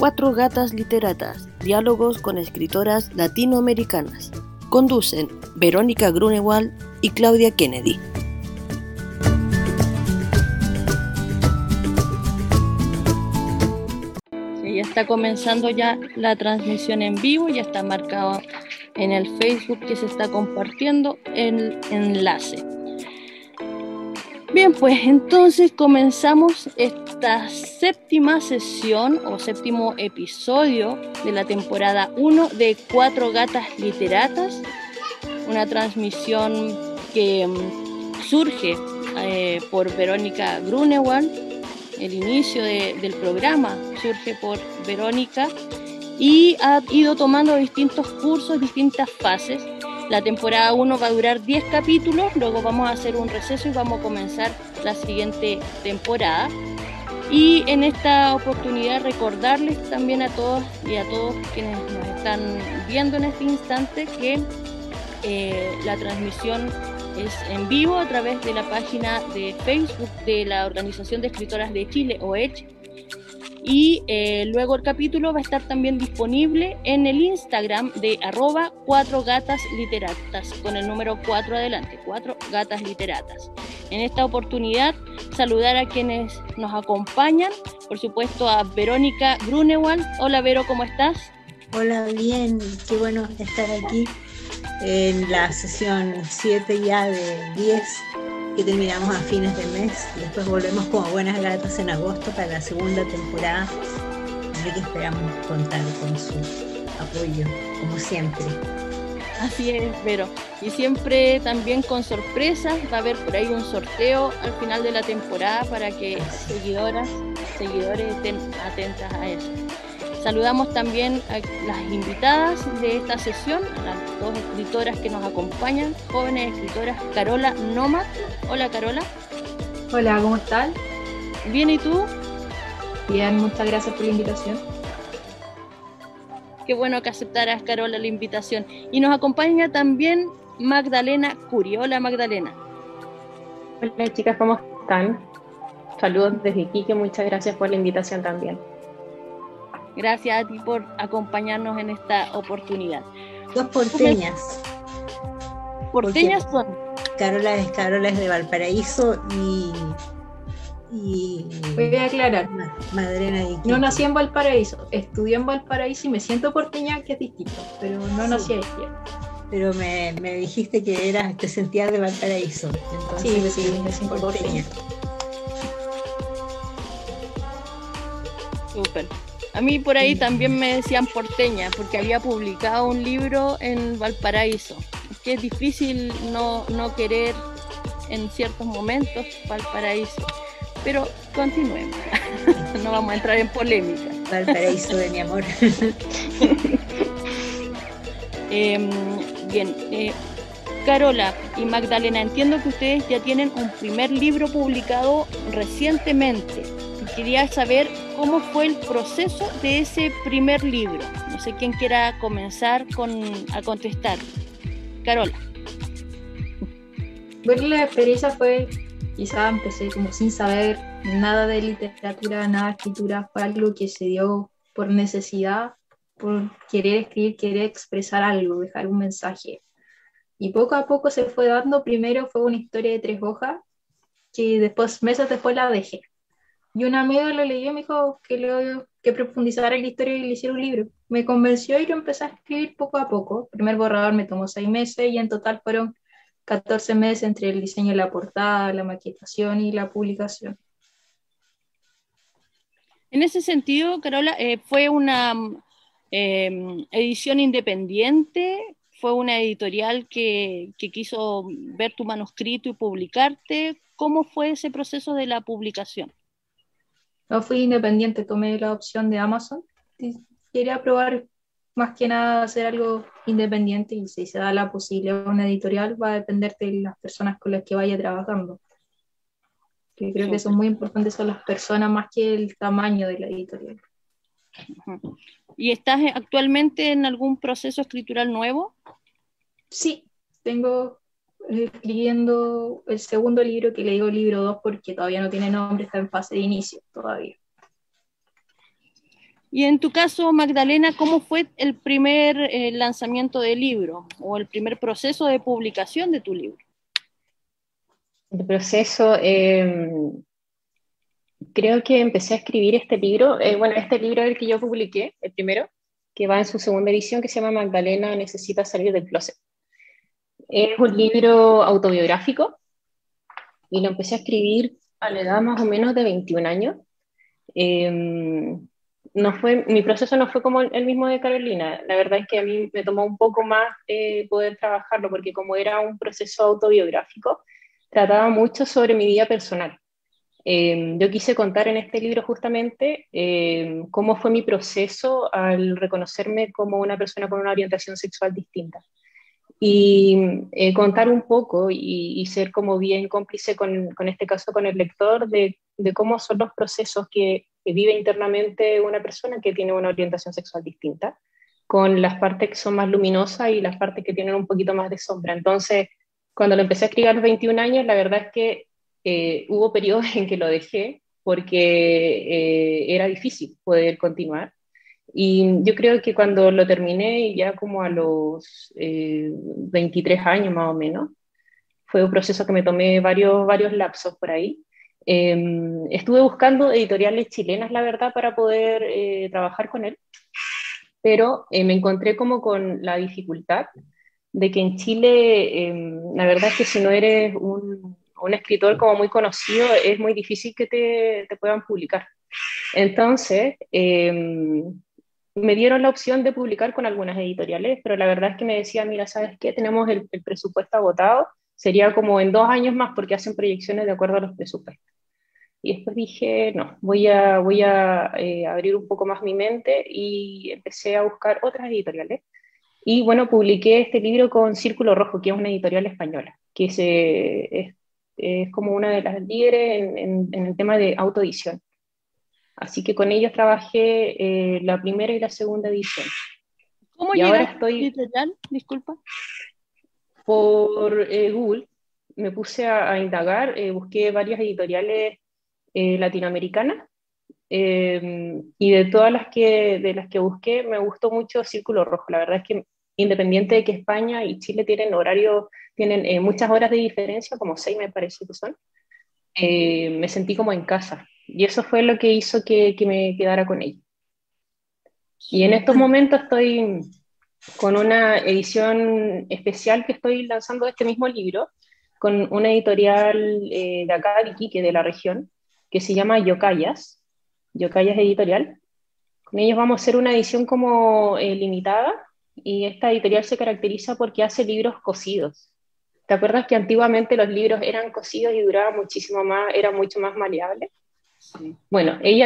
Cuatro gatas literatas, diálogos con escritoras latinoamericanas. Conducen Verónica Grunewald y Claudia Kennedy. Sí, ya está comenzando ya la transmisión en vivo, ya está marcado en el Facebook que se está compartiendo el enlace. Bien, pues entonces comenzamos esta séptima sesión o séptimo episodio de la temporada 1 de Cuatro Gatas Literatas, una transmisión que surge por Verónica Grunewald. El inicio del programa surge por Verónica y ha ido tomando distintos cursos, distintas fases. La temporada 1 va a durar 10 capítulos, luego vamos a hacer un receso y vamos a comenzar la siguiente temporada. Y en esta oportunidad recordarles también a todos y a todos quienes nos están viendo en este instante que la transmisión es en vivo a través de la página de Facebook de la Organización de Escritoras de Chile, OECH, y luego el capítulo va a estar también disponible en el Instagram de @4gatasliteratas, con el número 4 adelante, 4 gatas literatas. En esta oportunidad, saludar a quienes nos acompañan, por supuesto a Verónica Grunewald. Hola Vero, ¿cómo estás? Hola, bien, qué bueno estar aquí en la sesión 7 ya de 10 que terminamos a fines de mes. Después volvemos como buenas gatas en agosto para la segunda temporada, así que esperamos contar con su apoyo, como siempre. Así es, Vero. Y siempre también con sorpresas. Va a haber por ahí un sorteo al final de la temporada para que seguidores estén atentas a eso. Saludamos también a las invitadas de esta sesión, a las dos escritoras que nos acompañan, jóvenes escritoras. Carola Nomad. Hola, Carola. Hola, ¿cómo están? Bien, ¿y tú? Bien, muchas gracias por la invitación. Qué bueno que aceptaras, Carola, la invitación. Y nos acompaña también Magdalena Curi. Hola, Magdalena. Hola, chicas, ¿cómo están? Saludos desde Iquique, muchas gracias por la invitación también. Gracias a ti por acompañarnos en esta oportunidad. Dos porteñas. ¿Porteñas son? Carola es de Valparaíso y voy a aclarar. Madrena de Iquique. No nací en Valparaíso, estudié en Valparaíso y me siento porteña, que es distinto, pero no nací ahí. Pero me dijiste que te sentías de Valparaíso. Entonces sí, me siento porteña. Súper. A mí por ahí también me decían porteña, porque había publicado un libro en Valparaíso. Es que es difícil no querer en ciertos momentos Valparaíso. Pero continuemos. No vamos a entrar en polémica. Valparaíso de mi amor. Bien. Carola y Magdalena, entiendo que ustedes ya tienen un primer libro publicado recientemente. Quería saber cómo fue el proceso de ese primer libro. No sé quién quiera comenzar a contestar. Carola. Bueno, la experiencia fue, quizá empecé como sin saber nada de literatura, nada de escritura, fue algo que se dio por necesidad, por querer escribir, querer expresar algo, dejar un mensaje. Y poco a poco se fue dando. Primero fue una historia de 3 hojas, que después, meses después la dejé. Y un amigo lo leyó y me dijo que profundizara en la historia y le hiciera un libro. Me convenció y lo empecé a escribir poco a poco. El primer borrador me tomó 6 meses y en total fueron 14 meses entre el diseño de la portada, la maquetación y la publicación. En ese sentido, Carola, ¿fue una edición independiente? ¿Fue una editorial que quiso ver tu manuscrito y publicarte? ¿Cómo fue ese proceso de la publicación? No fui independiente, tomé la opción de Amazon. Quería probar más que nada hacer algo independiente, y si se da la posibilidad de una editorial va a depender de las personas con las que vaya trabajando. Que creo que son muy importantes son las personas más que el tamaño de la editorial. ¿Y estás actualmente en algún proceso escritural nuevo? Sí, tengo escribiendo el segundo libro, que le digo libro 2 porque todavía no tiene nombre, está en fase de inicio todavía. Y en tu caso, Magdalena, ¿cómo fue el primer lanzamiento del libro o el primer proceso de publicación de tu libro? El proceso, creo que empecé a escribir este libro, bueno, este libro es el que yo publiqué, el primero, que va en su segunda edición, que se llama Magdalena necesita salir del closet. Es un libro autobiográfico y lo empecé a escribir a la edad más o menos de 21 años. No fue, mi proceso no fue como el mismo de Carolina. La verdad es que a mí me tomó un poco más poder trabajarlo, porque como era un proceso autobiográfico, trataba mucho sobre mi vida personal. Yo quise contar en este libro justamente cómo fue mi proceso al reconocerme como una persona con una orientación sexual distinta y contar un poco y ser como bien cómplice con este caso, con el lector, de cómo son los procesos que vive internamente una persona que tiene una orientación sexual distinta, con las partes que son más luminosas y las partes que tienen un poquito más de sombra. Entonces, cuando lo empecé a escribir a los 21 años, la verdad es que hubo periodos en que lo dejé porque era difícil poder continuar. Y yo creo que cuando lo terminé, ya como a los 23 años más o menos, fue un proceso que me tomé varios lapsos por ahí. Estuve buscando editoriales chilenas, la verdad, para poder trabajar con él, pero me encontré como con la dificultad de que en Chile, la verdad es que si no eres un escritor como muy conocido, es muy difícil que te puedan publicar. Entonces, me dieron la opción de publicar con algunas editoriales, pero la verdad es que me decían, mira, ¿sabes qué? Tenemos el presupuesto agotado, sería como en 2 años más porque hacen proyecciones de acuerdo a los presupuestos. Y después dije, no, voy a abrir un poco más mi mente y empecé a buscar otras editoriales. Y bueno, publiqué este libro con Círculo Rojo, que es una editorial española, que es como una de las líderes en el tema de autoedición. Así que con ellos trabajé la primera y la segunda edición. ¿Cómo Y ahora llegaste a la estoy editorial? Disculpa. por Google, me puse a indagar, busqué varias editoriales latinoamericanas, y de las que busqué me gustó mucho Círculo Rojo. La verdad es que independiente de que España y Chile tienen horario, tienen muchas horas de diferencia, como 6 me parece que son, me sentí como en casa. Y eso fue lo que hizo que me quedara con ella. Y en estos momentos estoy con una edición especial que estoy lanzando de este mismo libro, con una editorial de acá, de Iquique, de la región, que se llama Yocayas, Yocayas Editorial. Con ellos vamos a hacer una edición como limitada, y esta editorial se caracteriza porque hace libros cosidos. ¿Te acuerdas que antiguamente los libros eran cosidos y duraban muchísimo más, eran mucho más maleables? Sí. Bueno, ella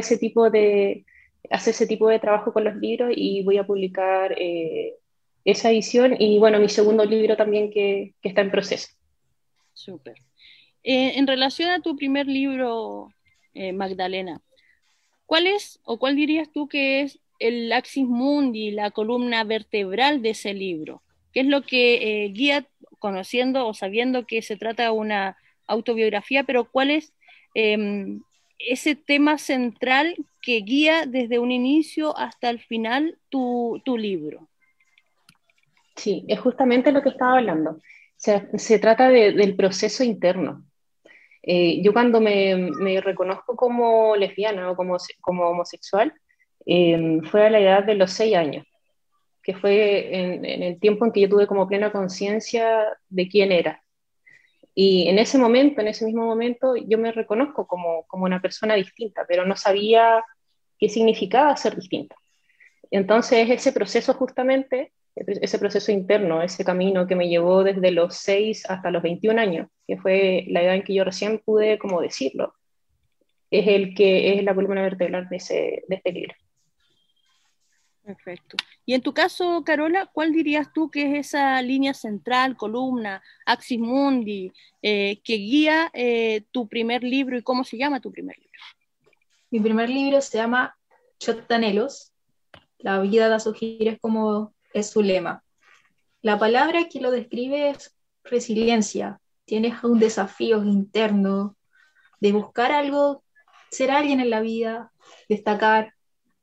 hace ese tipo de trabajo con los libros, y voy a publicar esa edición y bueno, mi segundo libro también que está en proceso. Súper. En relación a tu primer libro, Magdalena, ¿cuál es o cuál dirías tú que es el axis mundi, la columna vertebral de ese libro? ¿Qué es lo que guía, conociendo o sabiendo que se trata de una autobiografía, pero cuál es ese tema central que guía desde un inicio hasta el final tu libro? Sí, es justamente lo que estaba hablando. Se trata del proceso interno. Yo cuando me reconozco como lesbiana o como homosexual, fue a la edad de los 6 años, que fue en el tiempo en que yo tuve como plena conciencia de quién era. Y en ese momento, en ese mismo momento, yo me reconozco como una persona distinta, pero no sabía qué significaba ser distinta. Entonces, ese proceso justamente, ese proceso interno, ese camino que me llevó desde los 6 hasta los 21 años, que fue la edad en que yo recién pude como decirlo, es el que es la columna vertebral de este libro. Perfecto. Y en tu caso, Carola, ¿cuál dirías tú que es esa línea central, columna, axis mundi, que guía tu primer libro y cómo se llama tu primer libro? Mi primer libro se llama Chotanelos, la vida da sus giros como es su lema. La palabra que lo describe es resiliencia. Tienes un desafío interno de buscar algo, ser alguien en la vida, destacar,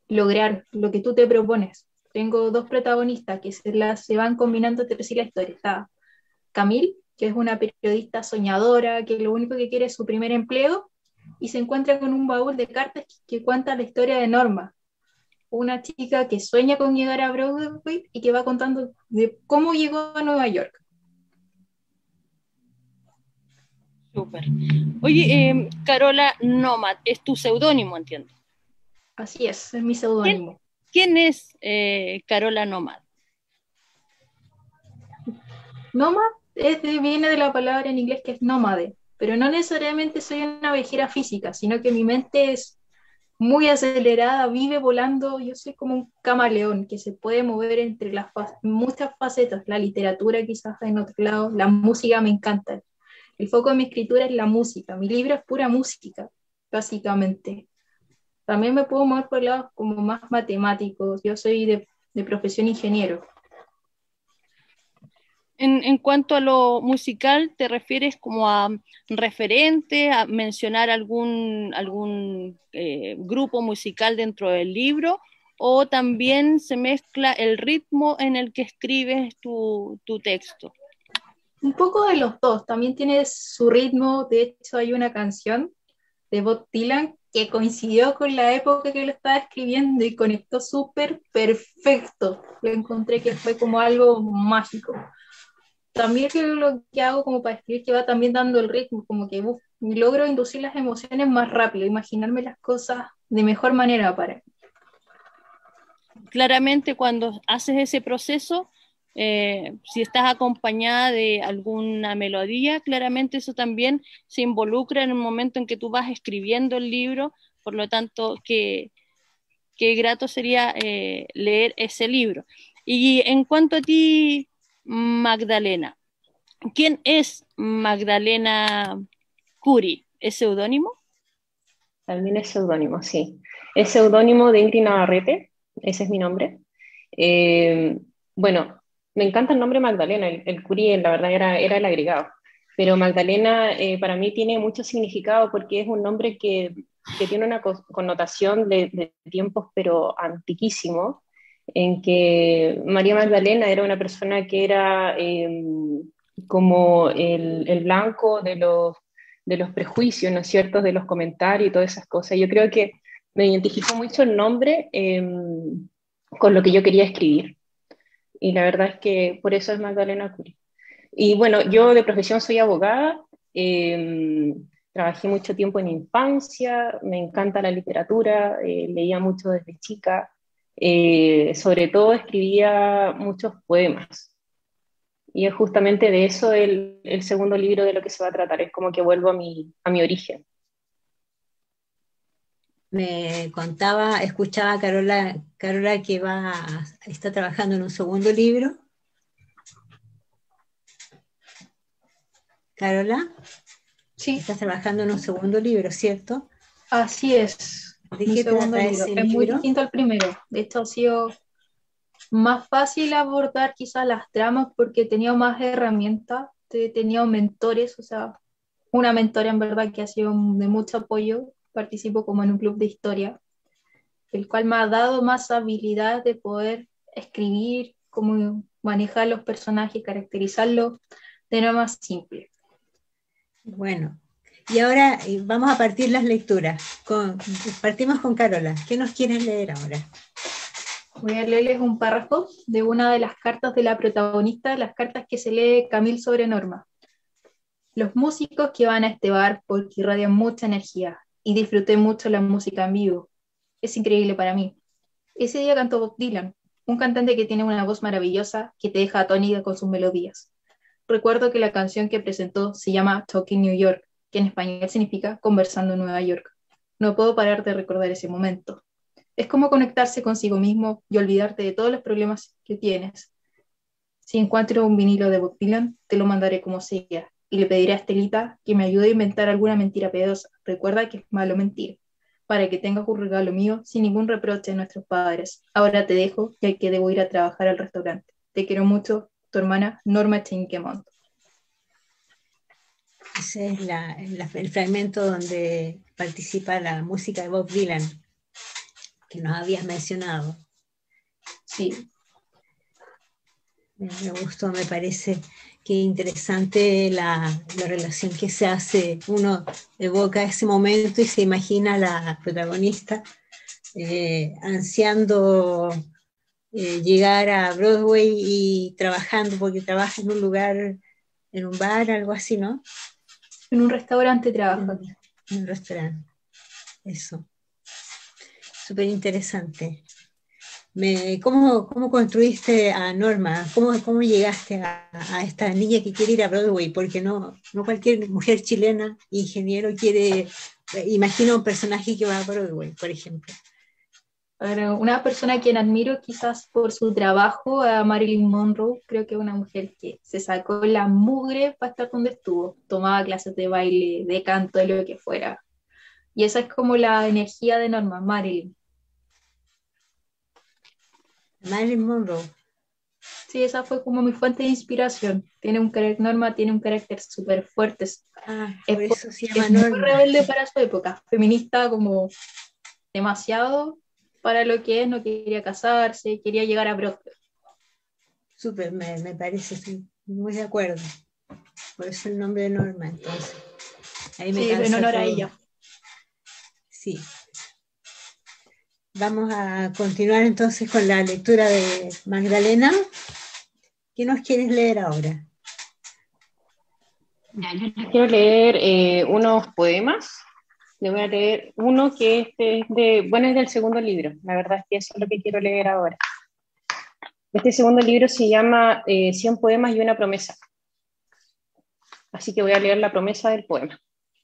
lograr lo que tú te propones. Tengo dos protagonistas que se van combinando entre sí la historia. Está Camille, que es una periodista soñadora, que lo único que quiere es su primer empleo, y se encuentra con un baúl de cartas que cuenta la historia de Norma, una chica que sueña con llegar a Broadway y que va contando de cómo llegó a Nueva York. Súper. Oye, Carola Nomad, es tu seudónimo, entiendo. Así es mi seudónimo. ¿Quién es Carola Nomad? Nómada viene de la palabra en inglés que es nómade, pero no necesariamente soy una viajera física, sino que mi mente es muy acelerada, vive volando. Yo soy como un camaleón que se puede mover entre muchas facetas. La literatura quizás en otro lado, la música me encanta. El foco de mi escritura es la música, mi libro es pura música, básicamente. También me puedo mover por lados como más matemáticos, yo soy de profesión ingeniero. En cuanto a lo musical, ¿te refieres como a referente, a mencionar algún grupo musical dentro del libro, o también se mezcla el ritmo en el que escribes tu texto? Un poco de los dos, también tiene su ritmo. De hecho hay una canción de Bob Dylan que coincidió con la época que lo estaba escribiendo y conectó súper perfecto. Lo encontré que fue como algo mágico. También que lo que hago como para escribir que va también dando el ritmo, como que logro inducir las emociones más rápido, imaginarme las cosas de mejor manera para. Claramente cuando haces ese proceso, si estás acompañada de alguna melodía, claramente eso también se involucra en el momento en que tú vas escribiendo el libro, por lo tanto, qué grato sería leer ese libro. Y en cuanto a ti, Magdalena, ¿quién es Magdalena Curi? ¿Es seudónimo? También es seudónimo, sí. Es seudónimo de Ingrid Navarrete, ese es mi nombre. Bueno, me encanta el nombre Magdalena, el Curi la verdad era el agregado, pero Magdalena para mí tiene mucho significado porque es un nombre que tiene una connotación de tiempos pero antiquísimos, en que María Magdalena era una persona que era como el blanco de los prejuicios, ¿no es cierto?, de los comentarios y todas esas cosas. Yo creo que me identificó mucho el nombre con lo que yo quería escribir. Y la verdad es que por eso es Magdalena Curi. Y bueno, yo de profesión soy abogada, trabajé mucho tiempo en infancia, me encanta la literatura, leía mucho desde chica, sobre todo escribía muchos poemas. Y es justamente de eso el segundo libro de lo que se va a tratar, es como que vuelvo a mi origen. Me contaba, escuchaba a Carola que está trabajando en un segundo libro. Carola, Sí. Estás trabajando en un segundo libro, ¿cierto? Así es. ¿De Mi qué segundo trata libro ese es muy libro? distinto al primero. De hecho, ha sido más fácil abordar quizás las tramas porque he tenido más herramientas, he tenido mentores, o sea, una mentora en verdad que ha sido de mucho apoyo. Participo como en un club de historia, el cual me ha dado más habilidad de poder escribir, cómo manejar los personajes, caracterizarlos de una más simple. Bueno, y ahora vamos a partir las lecturas. Partimos con Carola. ¿Qué nos quieres leer ahora? Voy a leerles un párrafo de una de las cartas de la protagonista, las cartas que se lee Camille sobre Norma. Los músicos que van a este bar porque irradian mucha energía y disfruté mucho la música en vivo. Es increíble para mí. Ese día cantó Bob Dylan, un cantante que tiene una voz maravillosa que te deja atónita con sus melodías. Recuerdo que la canción que presentó se llama Talking New York, que en español significa Conversando en Nueva York. No puedo parar de recordar ese momento. Es como conectarse consigo mismo y olvidarte de todos los problemas que tienes. Si encuentro un vinilo de Bob Dylan, te lo mandaré como sea, y le pediré a Estelita que me ayude a inventar alguna mentira piadosa. Recuerda que es malo mentir, para que tengas un regalo mío sin ningún reproche de nuestros padres. Ahora te dejo, ya que debo ir a trabajar al restaurante. Te quiero mucho, tu hermana Norma Chinquemont. Ese es el fragmento donde participa la música de Bob Dylan, que nos habías mencionado. Sí. Me gustó, me parece que interesante la relación que se hace. Uno evoca ese momento y se imagina a la protagonista ansiando llegar a Broadway y trabajando, porque trabaja en un lugar, en un bar, algo así, ¿no? En un restaurante trabaja. En un restaurante, eso. Súper interesante. ¿Cómo construiste a Norma? ¿Cómo llegaste a esta niña que quiere ir a Broadway? Porque no cualquier mujer chilena, ingeniero, imagina un personaje que va a Broadway, por ejemplo. Una persona a quien admiro quizás por su trabajo, a Marilyn Monroe, creo que es una mujer que se sacó la mugre para estar donde estuvo. Tomaba clases de baile, de canto, de lo que fuera. Y esa es como la energía de Norma, Marilyn. Marilyn Monroe. Sí, esa fue como mi fuente de inspiración. Norma tiene un carácter súper fuerte. Por eso se llama es Norma. muy rebelde para su época. Feminista como demasiado para lo que es. No quería casarse, quería llegar a Broadway. Súper, me parece, estoy muy de acuerdo. Por eso el nombre de Norma, entonces. Ahí me sí, en honor todo. A ella. Sí. Vamos a continuar entonces con la lectura de Magdalena. ¿Qué nos quieres leer ahora? Ya, yo les quiero leer unos poemas. Les voy a leer uno que es del segundo libro. La verdad es que eso es lo que quiero leer ahora. Este segundo libro se llama 100 poemas y una promesa. Así que voy a leer la promesa del poema.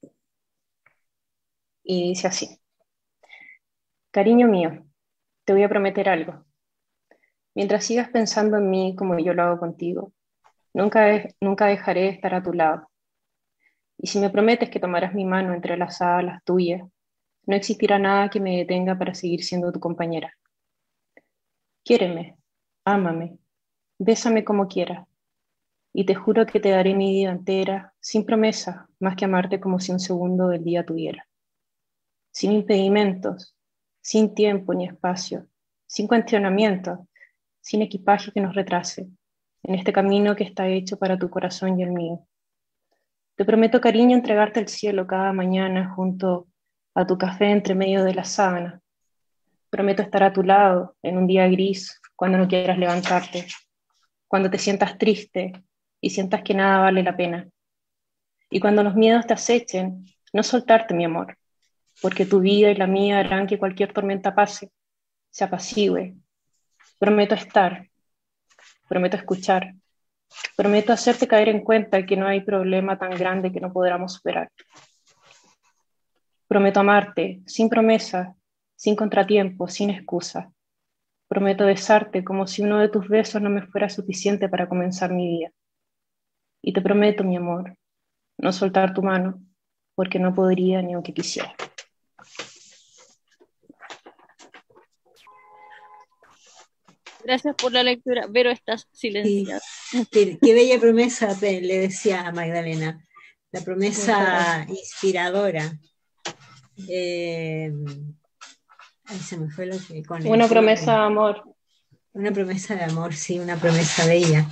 Y dice así. Cariño mío, te voy a prometer algo. Mientras sigas pensando en mí como yo lo hago contigo, nunca dejaré de estar a tu lado. Y si me prometes que tomarás mi mano entrelazada a las tuyas, no existirá nada que me detenga para seguir siendo tu compañera. Quiéreme, ámame, bésame como quieras, y te juro que te daré mi vida entera, sin promesa, más que amarte como si un segundo del día tuviera. Sin impedimentos, sin tiempo ni espacio, sin cuestionamientos, sin equipaje que nos retrase, en este camino que está hecho para tu corazón y el mío. Te prometo, cariño, entregarte el cielo cada mañana junto a tu café entre medio de la sábana. Prometo estar a tu lado en un día gris, cuando no quieras levantarte, cuando te sientas triste y sientas que nada vale la pena. Y cuando los miedos te acechen, no soltarte, mi amor, porque tu vida y la mía harán que cualquier tormenta pase, se apacigüe. Prometo estar, prometo escuchar, prometo hacerte caer en cuenta que no hay problema tan grande que no podamos superar. Prometo amarte, sin promesa, sin contratiempo, sin excusa. Prometo besarte como si uno de tus besos no me fuera suficiente para comenzar mi día. Y te prometo, mi amor, no soltar tu mano, porque no podría ni aunque quisiera. Gracias por la lectura. Vero, estás silenciada. Sí. Qué bella promesa, le decía a Magdalena. La promesa inspiradora. Ahí se me fue lo que con una promesa de amor. Una promesa de amor, sí, una promesa bella.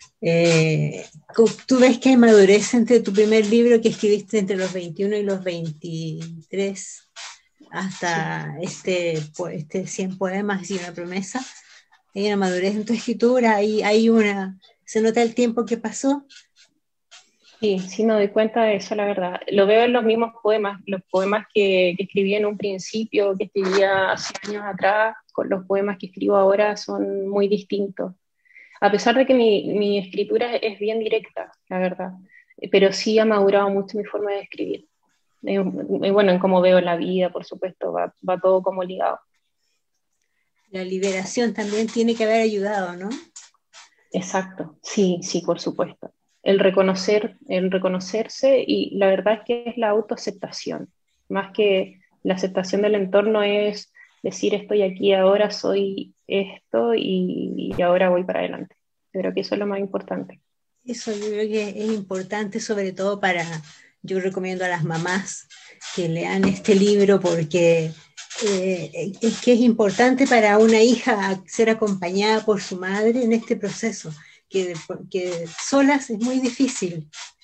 ¿Tú ves que hay madurez entre tu primer libro que escribiste entre los 21 y los 23 hasta este 100 poemas y una promesa? Hay una madurez en tu escritura, se nota el tiempo que pasó. Sí, me doy cuenta de eso, la verdad. Lo veo en los mismos poemas, los poemas que escribí en un principio, que escribía hace años atrás, con los poemas que escribo ahora son muy distintos. A pesar de que mi escritura es bien directa, la verdad, pero sí ha madurado mucho mi forma de escribir. Y bueno, en cómo veo la vida, por supuesto, va todo como ligado. La liberación también tiene que haber ayudado, ¿no? Exacto, sí, por supuesto. El reconocerse, y la verdad es que es la autoaceptación, más que la aceptación del entorno es decir estoy aquí ahora, soy esto y ahora voy para adelante. Yo creo que eso es lo más importante. Eso yo creo que es importante, sobre todo yo recomiendo a las mamás que lean este libro porque es que es importante para una hija ser acompañada por su madre en este proceso, que solas es muy difícil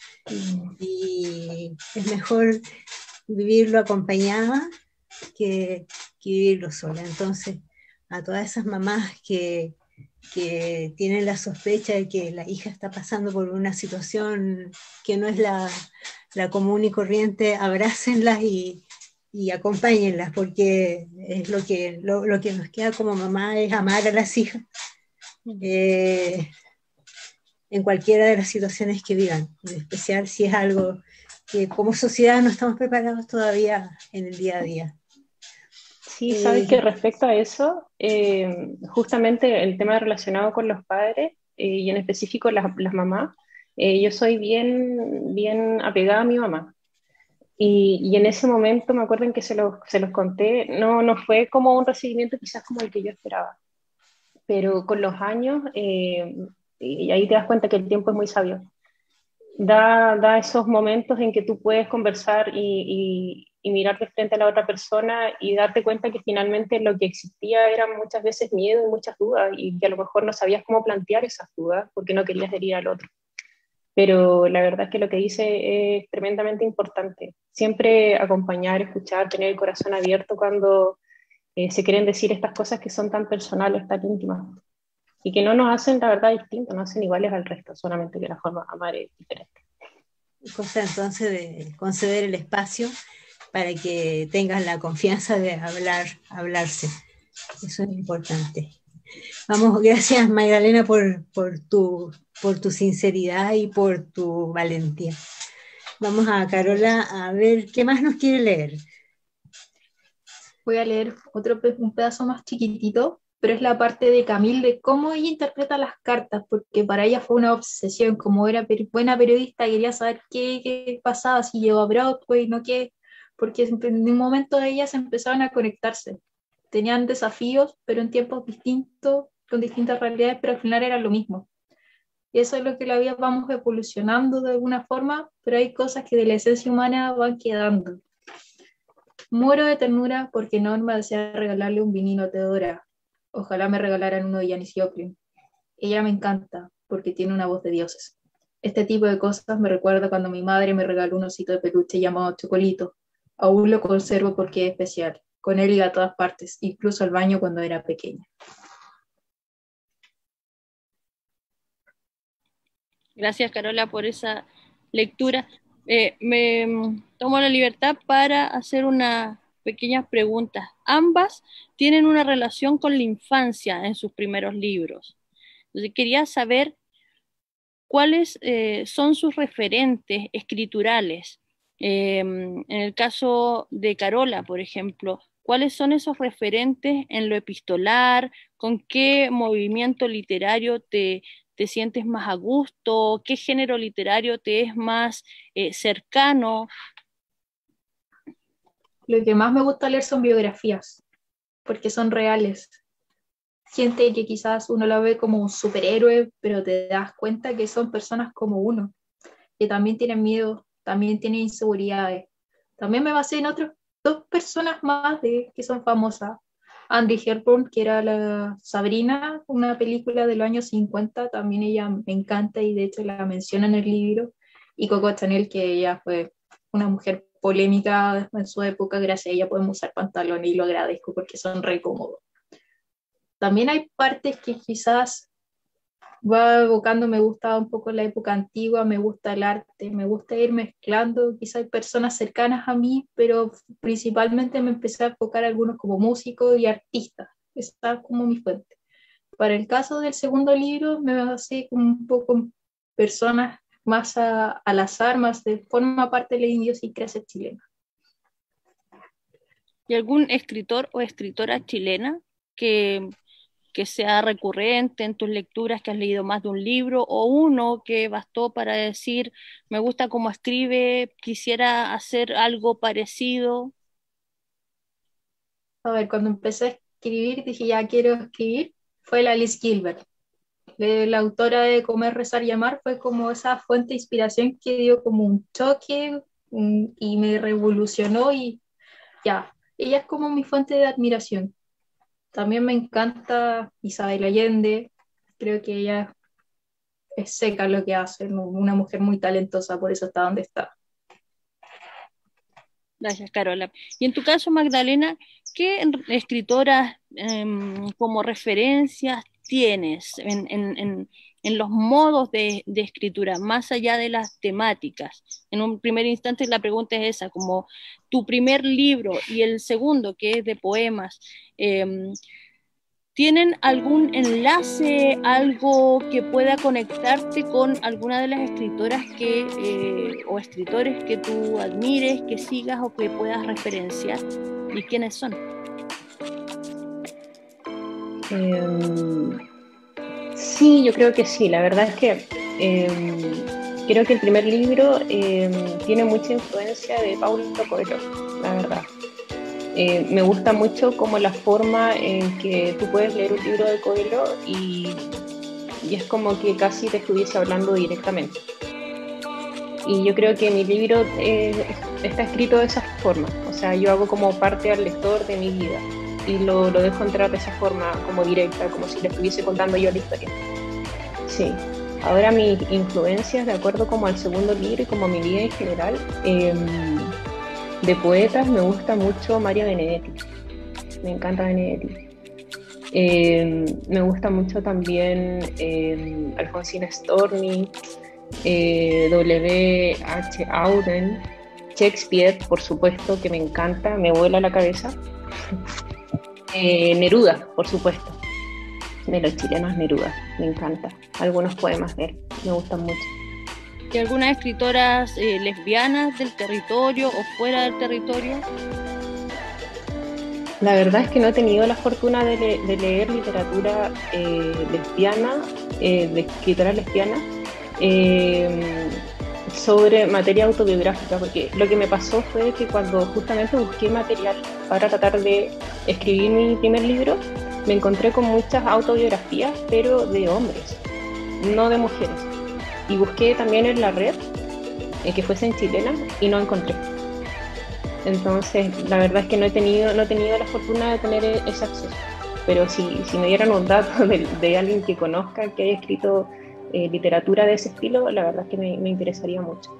y es mejor vivirlo acompañada que vivirlo sola. Entonces, a todas esas mamás que tienen la sospecha de que la hija está pasando por una situación que no es la común y corriente, abrácenlas y acompáñenlas, porque es lo que nos queda como mamá es amar a las hijas en cualquiera de las situaciones que vivan, en especial si es algo que como sociedad no estamos preparados todavía en el día a día. Sí, sabes que respecto a eso, justamente el tema relacionado con los padres y en específico las mamás, yo soy bien apegada a mi mamá. Y en ese momento me acuerdo en que se los conté, no fue como un recibimiento quizás como el que yo esperaba, pero con los años, y ahí te das cuenta que el tiempo es muy sabio, da esos momentos en que tú puedes conversar y mirar de frente a la otra persona y darte cuenta que finalmente lo que existía eran muchas veces miedo y muchas dudas y que a lo mejor no sabías cómo plantear esas dudas porque no querías herir al otro. Pero la verdad es que lo que dice es tremendamente importante. Siempre acompañar, escuchar, tener el corazón abierto cuando se quieren decir estas cosas que son tan personales, tan íntimas y que no nos hacen, la verdad, distintos, no hacen iguales al resto, solamente que la forma de amar es diferente. Cosa entonces de conceder el espacio para que tengan la confianza de hablarse. Eso es importante. Vamos, gracias Magdalena por tu sinceridad y por tu valentía. Vamos a Carola a ver qué más nos quiere leer. Voy a leer un pedazo más chiquitito, pero es la parte de Camille, de cómo ella interpreta las cartas, porque para ella fue una obsesión, como era buena periodista, quería saber qué pasaba, si llegó a Broadway, no qué, porque en un momento de ellas empezaban a conectarse. Tenían desafíos, pero en tiempos distintos, con distintas realidades, pero al final era lo mismo. Y eso es lo que la vida vamos evolucionando de alguna forma, pero hay cosas que de la esencia humana van quedando. Muero de ternura porque Norma desea regalarle un vinilo a Teodora. Ojalá me regalaran uno de Janis Joplin. Ella me encanta porque tiene una voz de dioses. Este tipo de cosas me recuerda cuando mi madre me regaló un osito de peluche llamado Chocolito. Aún lo conservo porque es especial. Con él iba a todas partes, incluso al baño cuando era pequeña. Gracias, Carola, por esa lectura. Me tomo la libertad para hacer unas pequeñas preguntas. Ambas tienen una relación con la infancia en sus primeros libros. Entonces, quería saber cuáles son sus referentes escriturales. En el caso de Carola, por ejemplo, ¿cuáles son esos referentes en lo epistolar? ¿Con qué movimiento literario te sientes más a gusto? ¿Qué género literario te es más cercano? Lo que más me gusta leer son biografías, porque son reales. Gente que quizás uno la ve como un superhéroe, pero te das cuenta que son personas como uno, que también tienen miedo, también tienen inseguridades. También me basé en otras dos personas más que son famosas. Audrey Hepburn, que era la Sabrina, una película de los años 50, también ella me encanta y de hecho la menciona en el libro. Y Coco Chanel, que ella fue una mujer polémica en su época, gracias a ella podemos usar pantalones y lo agradezco porque son re cómodos. También hay partes que quizás va evocando, me gusta un poco la época antigua, me gusta el arte, me gusta ir mezclando, quizás hay personas cercanas a mí, pero principalmente me empecé a enfocar algunos como músicos y artistas, esa como mi fuente. Para el caso del segundo libro me basé un poco en personas más al azar, más de forma parte de la idiosincrasia chilena. ¿Y algún escritor o escritora chilena que sea recurrente en tus lecturas, que has leído más de un libro, o uno que bastó para decir, me gusta cómo escribe, quisiera hacer algo parecido? A ver, cuando empecé a escribir, dije, ya quiero escribir, fue la Liz Gilbert. La autora de Comer, Rezar y Amar fue como esa fuente de inspiración que dio como un choque y me revolucionó y ya, ella es como mi fuente de admiración. También me encanta Isabel Allende, creo que ella es seca lo que hace, una mujer muy talentosa, por eso está donde está. Gracias, Carola. Y en tu caso, Magdalena, ¿qué escritoras como referencias tienes en los modos de escritura, más allá de las temáticas? En un primer instante la pregunta es esa, como tu primer libro y el segundo, que es de poemas, ¿tienen algún enlace, algo que pueda conectarte con alguna de las escritoras o escritores que tú admires, que sigas o que puedas referenciar? ¿Y quiénes son? Sí, yo creo que sí. La verdad es que creo que el primer libro tiene mucha influencia de Paulo Coelho, la verdad. Me gusta mucho como la forma en que tú puedes leer un libro de Coelho y es como que casi te estuviese hablando directamente. Y yo creo que mi libro está escrito de esa forma, o sea, yo hago como parte al lector de mi vida y lo dejo entrar de esa forma como directa, como si le estuviese contando yo la historia. Sí. Ahora mis influencias, de acuerdo como al segundo libro y como a mi vida en general, de poetas me gusta mucho María Benedetti, me encanta Benedetti. Me gusta mucho también Alfonsina Storni, W.H. Auden, Shakespeare, por supuesto, que me encanta, me vuela la cabeza. Neruda, por supuesto, de los chilenos Neruda, me encanta. Algunos poemas de él, me gustan mucho. ¿Y algunas escritoras lesbianas del territorio o fuera del territorio? La verdad es que no he tenido la fortuna de leer literatura lesbiana, de escritoras lesbianas, sobre materia autobiográfica, porque lo que me pasó fue que cuando justamente busqué material para tratar de escribir mi primer libro, me encontré con muchas autobiografías, pero de hombres, no de mujeres. Y busqué también en la red que fuesen chilenas y no encontré. Entonces, la verdad es que no he tenido la fortuna de tener ese acceso. Pero si me dieran un dato de alguien que conozca, que haya escrito literatura de ese estilo, la verdad es que me interesaría mucho.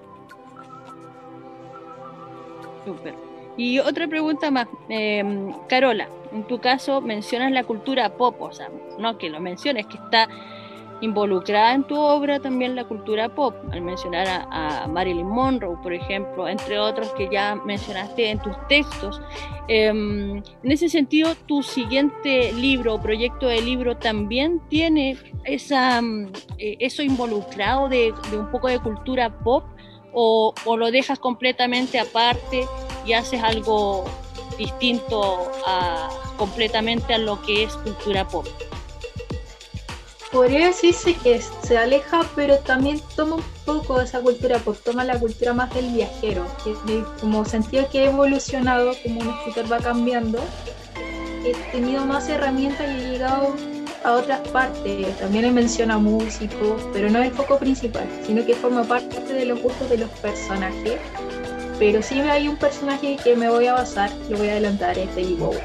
Súper. Y otra pregunta más, Carola, en tu caso mencionas la cultura pop, o sea, no que lo menciones, que está involucrada en tu obra también la cultura pop, al mencionar a Marilyn Monroe, por ejemplo, entre otros que ya mencionaste en tus textos. En ese sentido, ¿tu siguiente libro o proyecto de libro también tiene eso involucrado de un poco de cultura pop o lo dejas completamente aparte y haces algo distinto completamente a lo que es cultura pop? Podría decirse que se aleja, pero también toma un poco de esa cultura pop, toma la cultura más del viajero, que como sentido que he evolucionado, como un escritor va cambiando, he tenido más herramientas y he llegado a otras partes. También he mencionado músicos, pero no es el foco principal, sino que forma parte de los gustos de los personajes. Pero sí hay un personaje que me voy a basar, lo voy a adelantar, es David Bowie.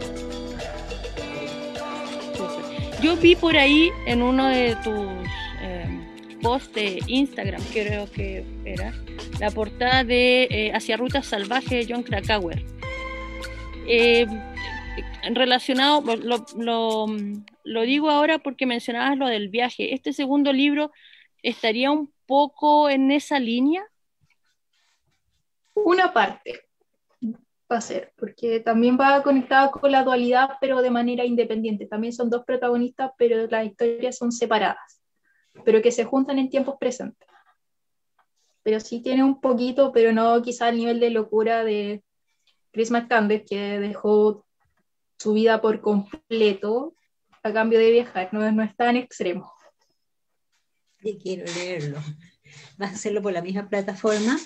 Yo vi por ahí en uno de tus posts de Instagram, creo que era, la portada de Hacia Rutas Salvajes de Jon Krakauer. Relacionado, lo digo ahora porque mencionabas lo del viaje. ¿Este segundo libro estaría un poco en esa línea? Una parte va a ser, porque también va conectada con la dualidad, pero de manera independiente. También son dos protagonistas, pero las historias son separadas, pero que se juntan en tiempos presentes. Pero sí tiene un poquito, pero no quizá al nivel de locura de Chris McCandless, que dejó su vida por completo a cambio de viajar. No es tan extremo. Yo quiero leerlo. ¿Vas a hacerlo por la misma plataforma?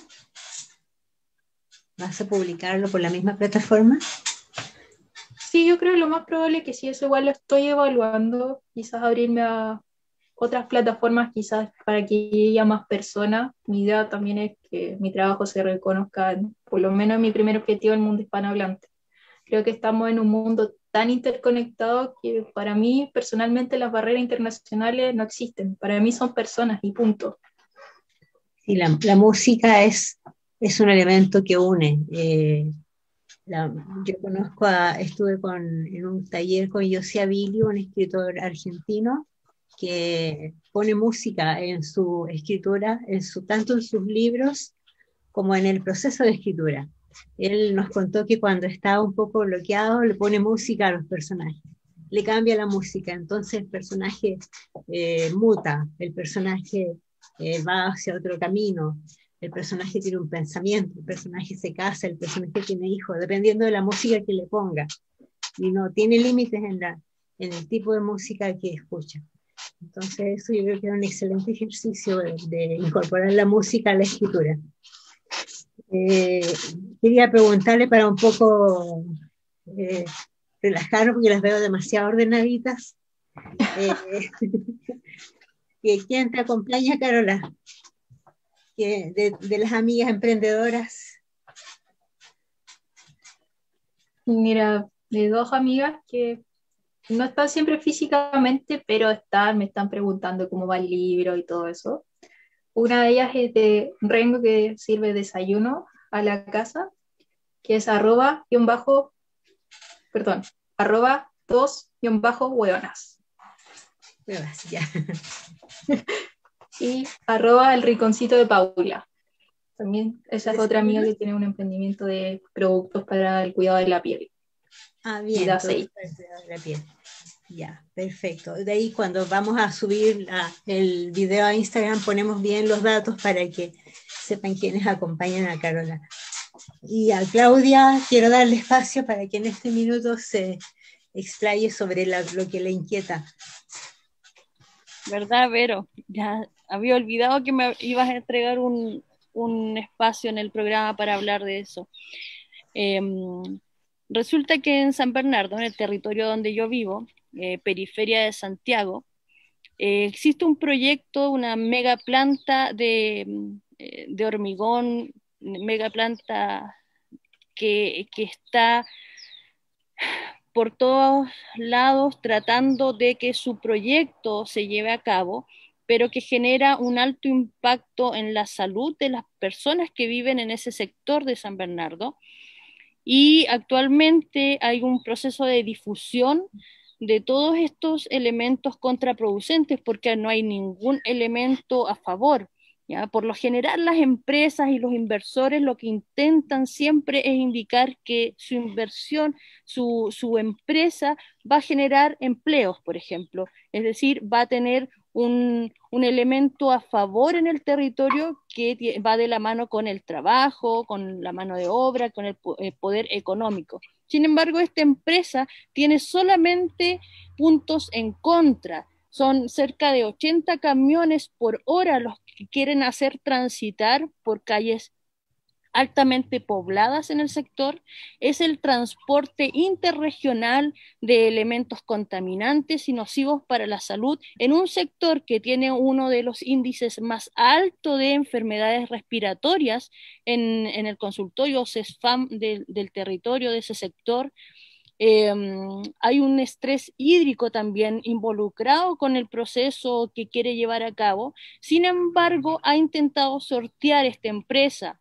¿Vas a publicarlo por la misma plataforma? Sí, yo creo que lo más probable es que sí, eso igual lo estoy evaluando, quizás abrirme a otras plataformas, quizás para que llegue a más personas. Mi idea también es que mi trabajo se reconozca, por lo menos mi primer objetivo, en el mundo hispanohablante. Creo que estamos en un mundo tan interconectado que para mí personalmente las barreras internacionales no existen. Para mí son personas y punto. Sí, la música es un elemento que une. Yo estuve en un taller con José Abilio, un escritor argentino, que pone música en su escritura, tanto en sus libros como en el proceso de escritura. Él nos contó que cuando está un poco bloqueado le pone música a los personajes, le cambia la música, entonces el personaje muta, el personaje va hacia otro camino, el personaje tiene un pensamiento, el personaje se casa, el personaje tiene hijos, dependiendo de la música que le ponga, y no tiene límites en el tipo de música que escucha. Entonces eso yo creo que es un excelente ejercicio de incorporar la música a la escritura. Quería preguntarle para un poco relajarnos, porque las veo demasiado ordenaditas. ¿Quién te acompaña, Carola? De las amigas emprendedoras. Mira, de dos amigas que no están siempre físicamente, pero me están preguntando cómo va el libro y todo eso. Una de ellas es de Rengo, que sirve desayuno a la casa, que es @, @2_hueonas. Ya. Y @el rinconcito de Paula. También esa es otra amiga que tiene un emprendimiento de productos para el cuidado de la piel. Bien, y de aceite. De la piel. Ya, perfecto. De ahí cuando vamos a subir el video a Instagram ponemos bien los datos para que sepan quiénes acompañan a Carola. Y a Claudia quiero darle espacio para que en este minuto se explaye sobre lo que le inquieta. ¿Verdad, Vero? Ya había olvidado que me ibas a entregar un espacio en el programa para hablar de eso. Resulta que en San Bernardo, en el territorio donde yo vivo, periferia de Santiago, existe un proyecto, una mega planta de hormigón, mega planta que está por todos lados tratando de que su proyecto se lleve a cabo, pero que genera un alto impacto en la salud de las personas que viven en ese sector de San Bernardo. Y actualmente hay un proceso de difusión de todos estos elementos contraproducentes porque no hay ningún elemento a favor. ¿Ya? Por lo general, las empresas y los inversores lo que intentan siempre es indicar que su inversión, su empresa va a generar empleos, por ejemplo. Es decir, va a tener un elemento a favor en el territorio que va de la mano con el trabajo, con la mano de obra, con el poder económico. Sin embargo, esta empresa tiene solamente puntos en contra. Son cerca de 80 camiones por hora los que quieren hacer transitar por calles altamente pobladas en el sector, es el transporte interregional de elementos contaminantes y nocivos para la salud en un sector que tiene uno de los índices más altos de enfermedades respiratorias en el consultorio CESFAM del territorio de ese sector. Hay un estrés hídrico también involucrado con el proceso que quiere llevar a cabo. Sin embargo, ha intentado sortear esta empresa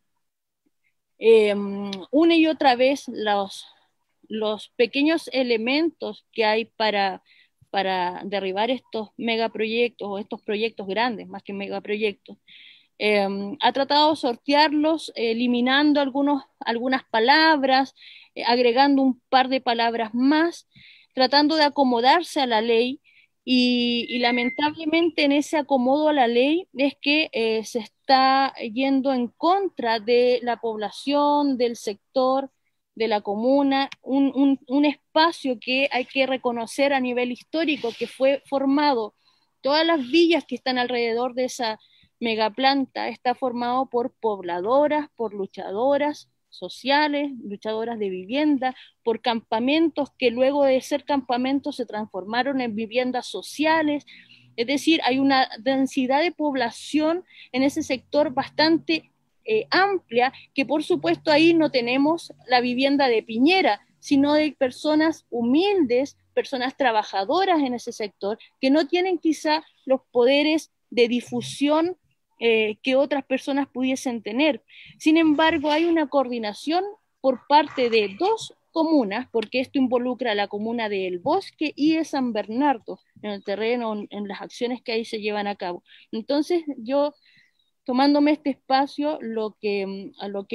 una y otra vez los pequeños elementos que hay para derribar estos megaproyectos o estos proyectos grandes, más que megaproyectos. Ha tratado de sortearlos eliminando algunas palabras, agregando un par de palabras más, tratando de acomodarse a la ley y lamentablemente en ese acomodo a la ley es que se está yendo en contra de la población, del sector, de la comuna, un espacio que hay que reconocer a nivel histórico, que fue formado, todas las villas que están alrededor de esa megaplanta está formado por pobladoras, por luchadoras sociales, luchadoras de vivienda, por campamentos que luego de ser campamentos se transformaron en viviendas sociales. Es decir, hay una densidad de población en ese sector bastante amplia, que por supuesto ahí no tenemos la vivienda de Piñera, sino de personas humildes, personas trabajadoras en ese sector, que no tienen quizá los poderes de difusión que otras personas pudiesen tener. Sin embargo, hay una coordinación por parte de dos comunas, porque esto involucra a la comuna de El Bosque y de San Bernardo, en el terreno, en las acciones que ahí se llevan a cabo. Entonces, yo, tomándome este espacio, lo que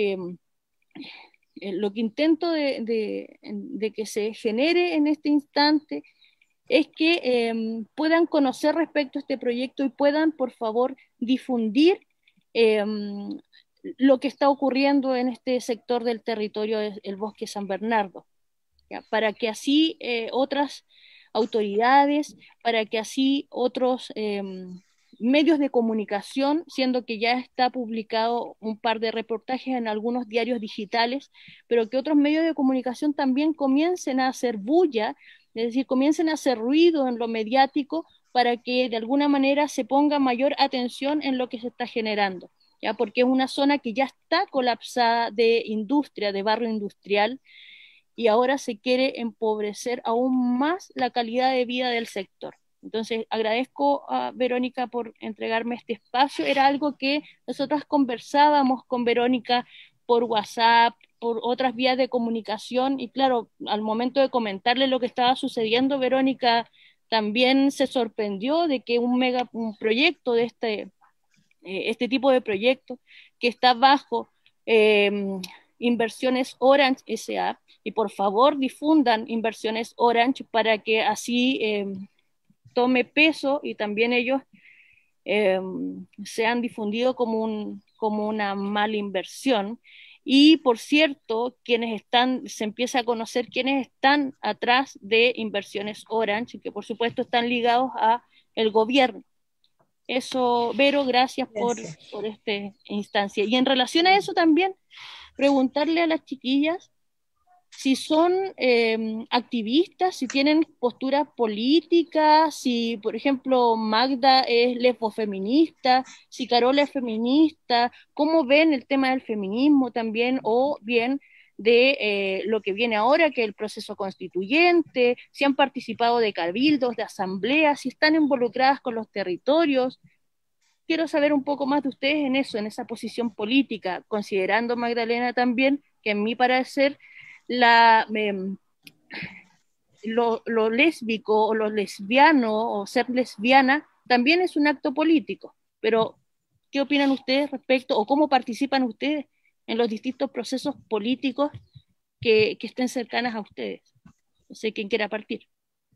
intento de que se genere en este instante es que puedan conocer respecto a este proyecto y puedan, por favor, difundir lo que está ocurriendo en este sector del territorio del Bosque San Bernardo, ¿ya? Para que así otras autoridades, para que así otros medios de comunicación, siendo que ya está publicado un par de reportajes en algunos diarios digitales, pero que otros medios de comunicación también comiencen a hacer bulla, es decir, comiencen a hacer ruido en lo mediático para que de alguna manera se ponga mayor atención en lo que se está generando, ¿ya? Porque es una zona que ya está colapsada de industria, de barrio industrial, y ahora se quiere empobrecer aún más la calidad de vida del sector. Entonces, agradezco a Verónica por entregarme este espacio. Era algo que nosotras conversábamos con Verónica por WhatsApp, por otras vías de comunicación, y claro, al momento de comentarle lo que estaba sucediendo, Verónica también se sorprendió de que un proyecto de este tipo de proyecto que está bajo Inversiones Orange S.A., y por favor difundan Inversiones Orange para que así tome peso y también ellos sean difundidos como una mala inversión. Y por cierto, se empieza a conocer quiénes están atrás de Inversiones Orange, que por supuesto están ligados a el gobierno. Eso, Vero, gracias. Por esta instancia. Y en relación a eso también, preguntarle a las chiquillas si son activistas, si tienen posturas políticas, si, por ejemplo, Magda es lesbofeminista, si Carola es feminista, cómo ven el tema del feminismo también, o bien de lo que viene ahora, que es el proceso constituyente, si han participado de cabildos, de asambleas, si están involucradas con los territorios. Quiero saber un poco más de ustedes en eso, en esa posición política, considerando, Magdalena, también que en mi parecer lo lésbico o lo lesbiano o ser lesbiana también es un acto político. Pero, ¿qué opinan ustedes respecto o cómo participan ustedes en los distintos procesos políticos que estén cercanas a ustedes? No sé quién quiera partir.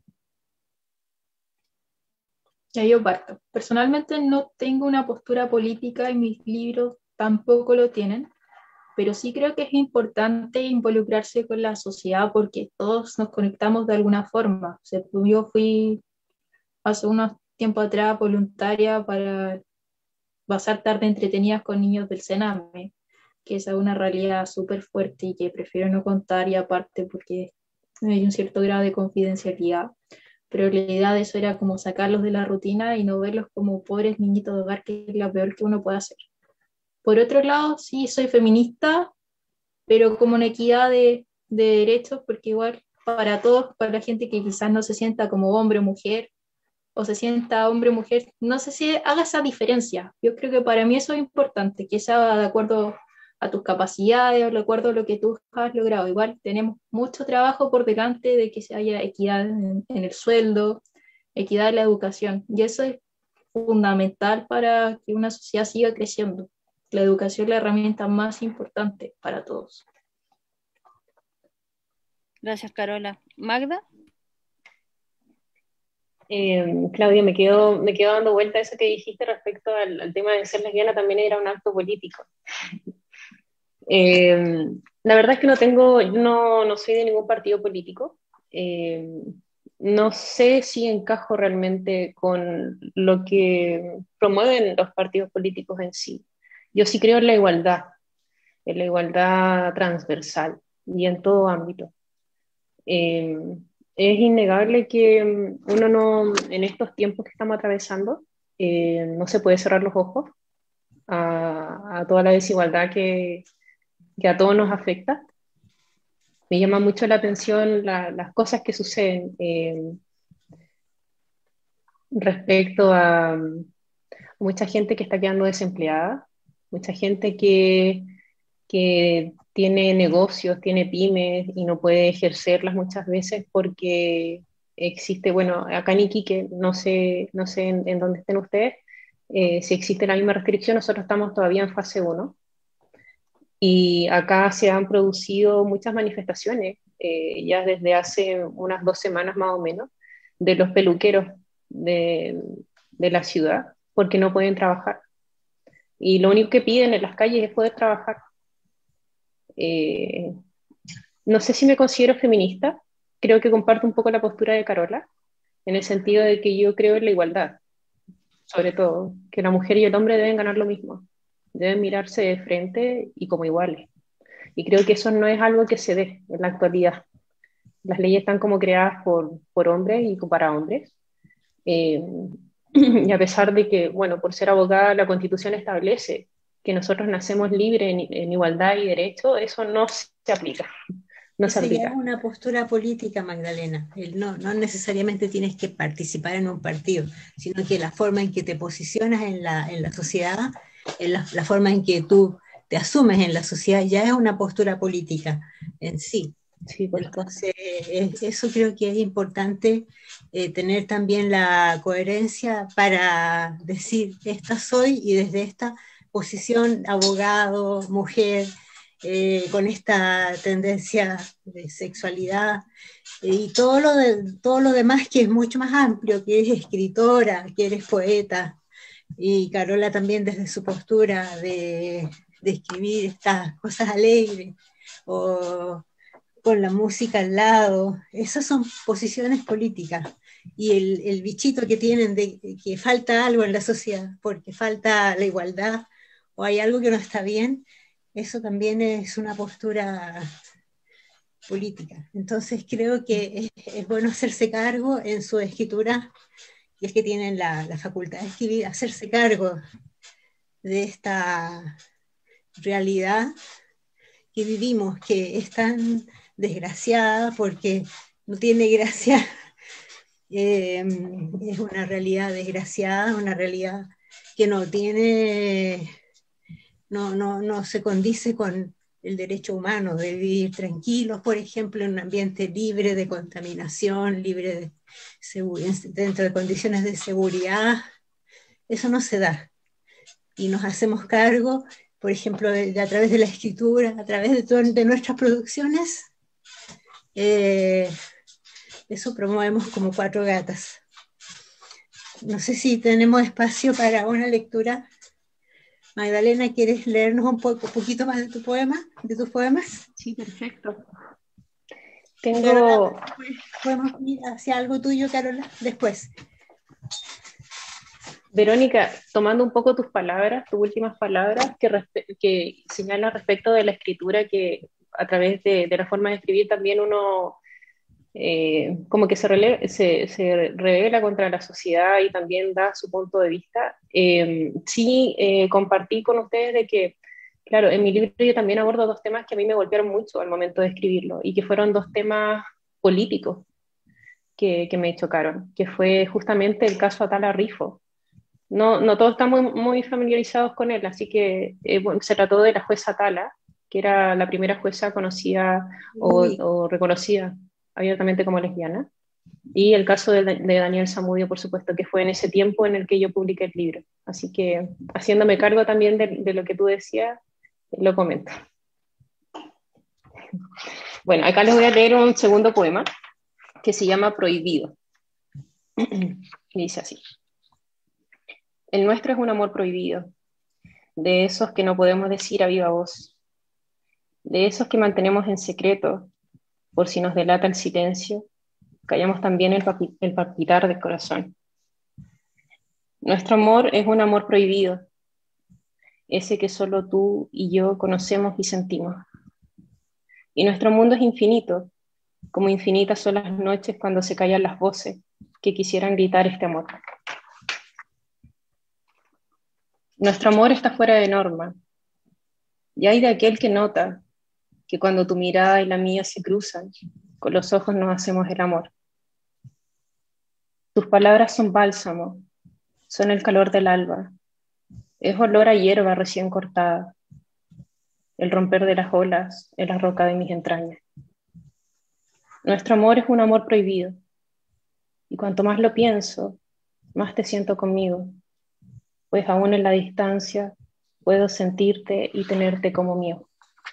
Ya yo parto. Personalmente no tengo una postura política y mis libros tampoco lo tienen, pero sí creo que es importante involucrarse con la sociedad porque todos nos conectamos de alguna forma. O sea, yo fui hace unos tiempo atrás voluntaria para pasar tarde entretenidas con niños del Sename, que es una realidad súper fuerte y que prefiero no contar, y aparte porque hay un cierto grado de confidencialidad. Pero la idea de eso era como sacarlos de la rutina y no verlos como pobres niñitos de hogar, que es lo peor que uno puede hacer. Por otro lado, sí, soy feminista, pero como una equidad de derechos, porque igual para todos, para la gente que quizás no se sienta como hombre o mujer, o se sienta hombre o mujer, no sé si haga esa diferencia. Yo creo que para mí eso es importante, que sea de acuerdo a tus capacidades, o de acuerdo a lo que tú has logrado. Igual tenemos mucho trabajo por delante de que haya equidad en el sueldo, equidad en la educación, y eso es fundamental para que una sociedad siga creciendo. La educación es la herramienta más importante para todos. Gracias, Carola. ¿Magda? Claudia, me quedo dando vuelta a eso que dijiste respecto al tema de ser lesbiana, también era un acto político. La verdad es que no soy de ningún partido político. No sé si encajo realmente con lo que promueven los partidos políticos en sí. Yo sí creo en la igualdad transversal y en todo ámbito. Es innegable que uno no, en estos tiempos que estamos atravesando, no se puede cerrar los ojos a toda la desigualdad que a todos nos afecta. Me llama mucho la atención las cosas que suceden respecto a mucha gente que está quedando desempleada, mucha gente que tiene negocios, tiene pymes y no puede ejercerlas muchas veces porque existe, bueno, acá en Iquique, no sé en dónde estén ustedes, si existe la misma restricción, nosotros estamos todavía en fase uno y acá se han producido muchas manifestaciones, ya desde hace unas 2 semanas más o menos, de los peluqueros de, de la ciudad, porque no pueden trabajar. Y lo único que piden en las calles es poder trabajar. Eh, no sé si me considero feminista, creo que comparto un poco la postura de Carola, en el sentido de que yo creo en la igualdad, sobre todo, que la mujer y el hombre deben ganar lo mismo, deben mirarse de frente y como iguales. Y creo que eso no es algo que se dé en la actualidad. Las leyes están como creadas por hombres y para hombres. Eh, y a pesar de que, bueno, por ser abogada, la Constitución establece que nosotros nacemos libres en igualdad y derecho, eso no se aplica. No se Eso ya es aplica. una postura política, Magdalena. No necesariamente tienes que participar en un partido, sino que la forma en que te posicionas en la sociedad, la forma en que tú te asumes en la sociedad, ya es una postura política en sí. Sí, por supuesto. Entonces, eso creo que es importante, tener también la coherencia para decir, esta soy y desde esta posición, abogado, mujer, con esta tendencia de sexualidad y todo lo demás que es mucho más amplio, que eres escritora, que eres poeta, y Carola también desde su postura de escribir estas cosas alegres, o con la música al lado, esas son posiciones políticas. Y el bichito que tienen de que falta algo en la sociedad, porque falta la igualdad, o hay algo que no está bien, eso también es una postura política. Entonces creo que es bueno hacerse cargo en su escritura, y es que tienen la facultad de escribir, hacerse cargo de esta realidad que vivimos, que es tan desgraciada porque no tiene gracia. Es una realidad desgraciada, una realidad que no tiene, no se condice con el derecho humano de vivir tranquilos, por ejemplo, en un ambiente libre de contaminación, libre dentro de condiciones de seguridad. Eso no se da. Y nos hacemos cargo, por ejemplo, a través de la escritura, a través de nuestras producciones. Eso promovemos como Cuatro Gatas. No sé si tenemos espacio para una lectura. Magdalena, ¿quieres leernos un poquito más de tu poema, de tus poemas? Sí, perfecto. Carola, podemos ir hacia algo tuyo, Carola, después. Verónica, tomando un poco tus palabras, tus últimas palabras, que señalan respecto de la escritura, que a través de la forma de escribir también uno como que se revela contra la sociedad y también da su punto de vista. Sí, compartí con ustedes de que, claro, en mi libro yo también abordo dos temas que a mí me golpearon mucho al momento de escribirlo y que fueron dos temas políticos que me chocaron, que fue justamente el caso Atala Rifo. No todos están muy familiarizados con él, así que bueno, se trató de la jueza Atala, que era la primera jueza conocida o reconocida abiertamente como lesbiana, y el caso de Daniel Zamudio, por supuesto, que fue en ese tiempo en el que yo publiqué el libro. Así que, haciéndome cargo también de lo que tú decías, lo comento. Bueno, acá les voy a leer un segundo poema que se llama Prohibido. Y dice así. El nuestro es un amor prohibido, de esos que no podemos decir a viva voz, de esos que mantenemos en secreto, por si nos delata el silencio, callamos también el palpitar del corazón. Nuestro amor es un amor prohibido, ese que solo tú y yo conocemos y sentimos. Y nuestro mundo es infinito, como infinitas son las noches cuando se callan las voces que quisieran gritar este amor. Nuestro amor está fuera de norma, y hay de aquel que nota que cuando tu mirada y la mía se cruzan, con los ojos nos hacemos el amor. Tus palabras son bálsamo, son el calor del alba, es olor a hierba recién cortada, el romper de las olas en la roca de mis entrañas. Nuestro amor es un amor prohibido, y cuanto más lo pienso, más te siento conmigo, pues aún en la distancia puedo sentirte y tenerte como mío.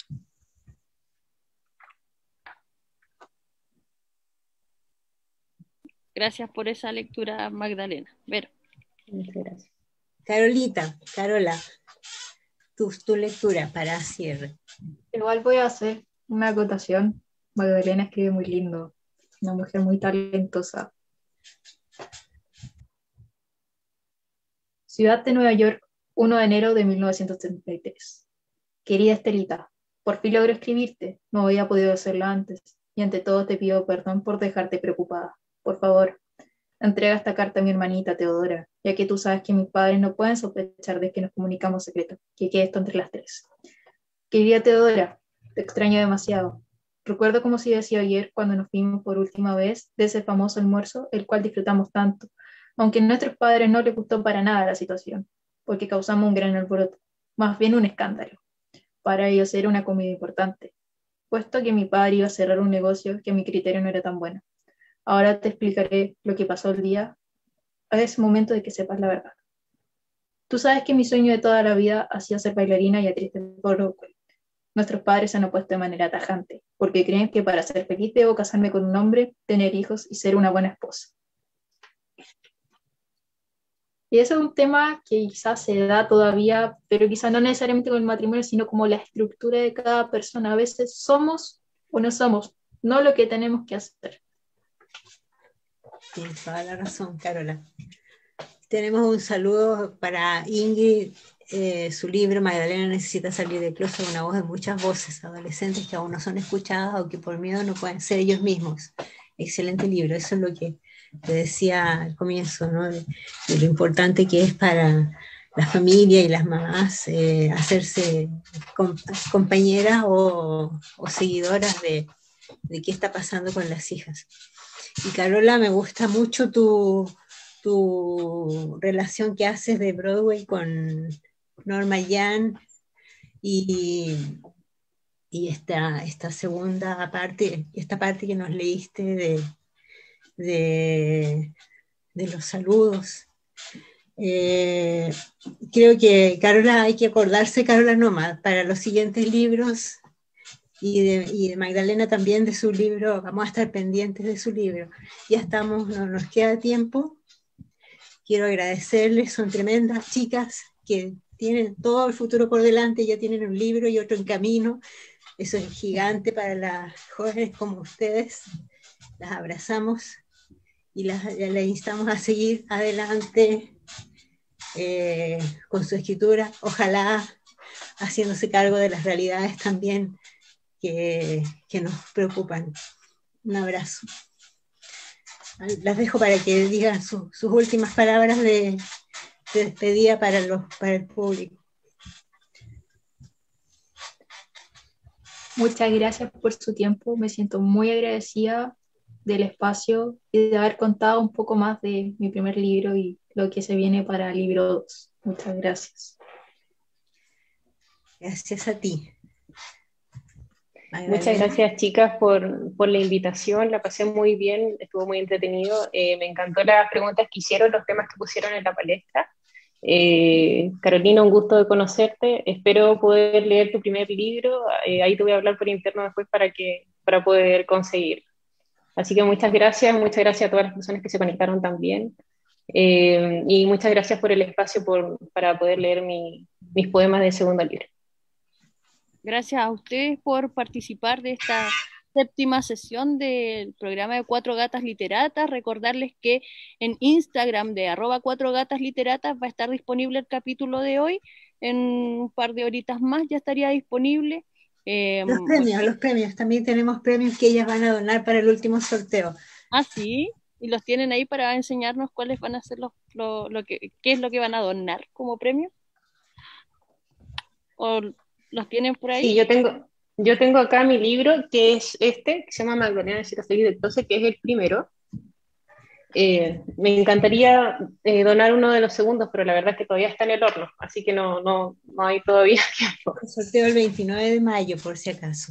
Gracias por esa lectura, Magdalena. Vero. Muchas gracias. Carola, tu lectura para cierre. Igual voy a hacer una acotación. Magdalena escribe muy lindo, una mujer muy talentosa. Ciudad de Nueva York, 1 de enero de 1933. Querida Estelita, por fin logro escribirte, no había podido hacerlo antes, y ante todo te pido perdón por dejarte preocupada. Por favor, entrega esta carta a mi hermanita Teodora, ya que tú sabes que mis padres no pueden sospechar de que nos comunicamos secreto, que quede esto entre las tres. Querida Teodora, te extraño demasiado. Recuerdo como si decía ayer cuando nos vimos por última vez de ese famoso almuerzo, el cual disfrutamos tanto, aunque a nuestros padres no les gustó para nada la situación, porque causamos un gran alboroto, más bien un escándalo. Para ellos era una comida importante, puesto que mi padre iba a cerrar un negocio que a mi criterio no era tan bueno. Ahora te explicaré lo que pasó el día. Es momento de que sepas la verdad. Tú sabes que mi sueño de toda la vida ha sido ser bailarina y actriz de Broadway. Nuestros padres se han opuesto de manera tajante, porque creen que para ser feliz debo casarme con un hombre, tener hijos y ser una buena esposa. Y ese es un tema que quizás se da todavía, pero quizás no necesariamente con el matrimonio, sino como la estructura de cada persona. A veces somos o no somos, no lo que tenemos que hacer. Tienes toda la razón, Carola. Tenemos un saludo para Ingrid, su libro Magdalena necesita salir del closet, una voz de muchas voces, adolescentes que aún no son escuchadas o que por miedo no pueden ser ellos mismos. Excelente libro, eso es lo que te decía al comienzo, ¿no? De lo importante que es para la familia y las mamás hacerse compañeras o seguidoras de qué está pasando con las hijas. Y Carola, me gusta mucho tu relación que haces de Broadway con Norma Jean y esta segunda parte, esta parte que nos leíste de los saludos. Creo que Carola, hay que acordarse, Carola Nómada, para los siguientes libros y de Magdalena también de su libro, vamos a estar pendientes de su libro. Ya estamos, no nos queda tiempo. Quiero agradecerles, son tremendas chicas que tienen todo el futuro por delante, ya tienen un libro y otro en camino. Eso es gigante para las jóvenes como ustedes. Las abrazamos y las instamos a seguir adelante con su escritura, ojalá haciéndose cargo de las realidades también que nos preocupan. Un abrazo. Las dejo para que digan sus últimas palabras de despedida para el público. Muchas gracias por su tiempo, me siento muy agradecida del espacio y de haber contado un poco más de mi primer libro y lo que se viene para el libro 2. Muchas gracias. Gracias a ti. Muchas gracias, chicas, por la invitación, la pasé muy bien, estuvo muy entretenido, me encantó las preguntas que hicieron, los temas que pusieron en la palestra. Carolina, un gusto de conocerte, espero poder leer tu primer libro, ahí te voy a hablar por interno después para poder conseguirlo. Así que muchas gracias a todas las personas que se conectaron también, y muchas gracias por el espacio para poder leer mis poemas del segundo libro. Gracias a ustedes por participar de esta séptima sesión del programa de Cuatro Gatas Literatas. Recordarles que en Instagram de @4gatasliteratas va a estar disponible el capítulo de hoy. En un par de horitas más ya estaría disponible. Los premios, también tenemos premios que ellas van a donar para el último sorteo. Ah, sí, y los tienen ahí para enseñarnos cuáles van a ser qué es lo que van a donar como premio. ¿O los tienen por ahí? Sí, yo tengo Yo tengo acá mi libro, que es este, que se llama Magdalena Necesita Feliz del 12, que es el primero. Me encantaría donar uno de los segundos, pero la verdad es que todavía está en el horno, así que no hay todavía tiempo. El sorteo el 29 de mayo, por si acaso.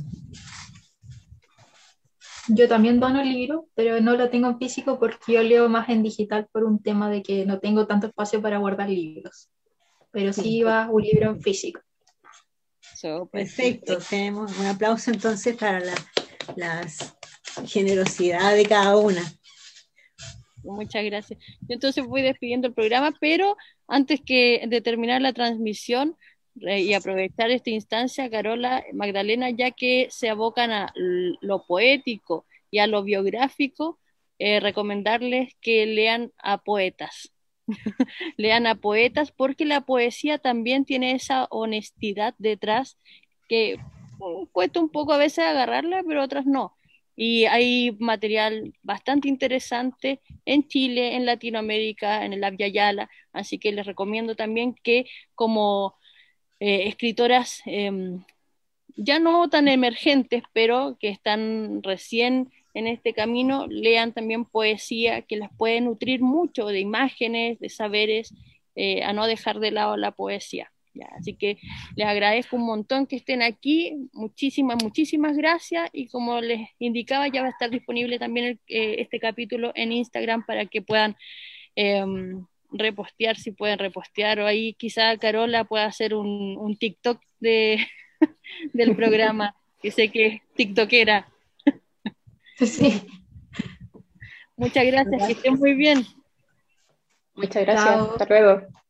Yo también dono el libro, pero no lo tengo en físico porque yo leo más en digital por un tema de que no tengo tanto espacio para guardar libros. Pero sí va un libro en físico. Perfecto, tenemos un aplauso entonces para la generosidad de cada una. Muchas gracias. Yo entonces voy despidiendo el programa, pero antes de terminar la transmisión y aprovechar esta instancia, Carola, Magdalena, ya que se abocan a lo poético y a lo biográfico, recomendarles que lean a poetas. Lean a poetas porque la poesía también tiene esa honestidad detrás que cuesta un poco a veces agarrarla, pero otras no. Y hay material bastante interesante en Chile, en Latinoamérica, en el Abya Yala, así que les recomiendo también que como escritoras ya no tan emergentes, pero que están recién en este camino, lean también poesía que las puede nutrir mucho de imágenes, de saberes, a no dejar de lado la poesía. Ya, así que les agradezco un montón que estén aquí, muchísimas gracias, y como les indicaba, ya va a estar disponible también este capítulo en Instagram para que puedan repostear, si pueden repostear, o ahí quizá Carola pueda hacer un TikTok del programa, que sé que es tiktokera. Sí. Muchas gracias, que estén muy bien. Muchas gracias, Chao. hasta luego.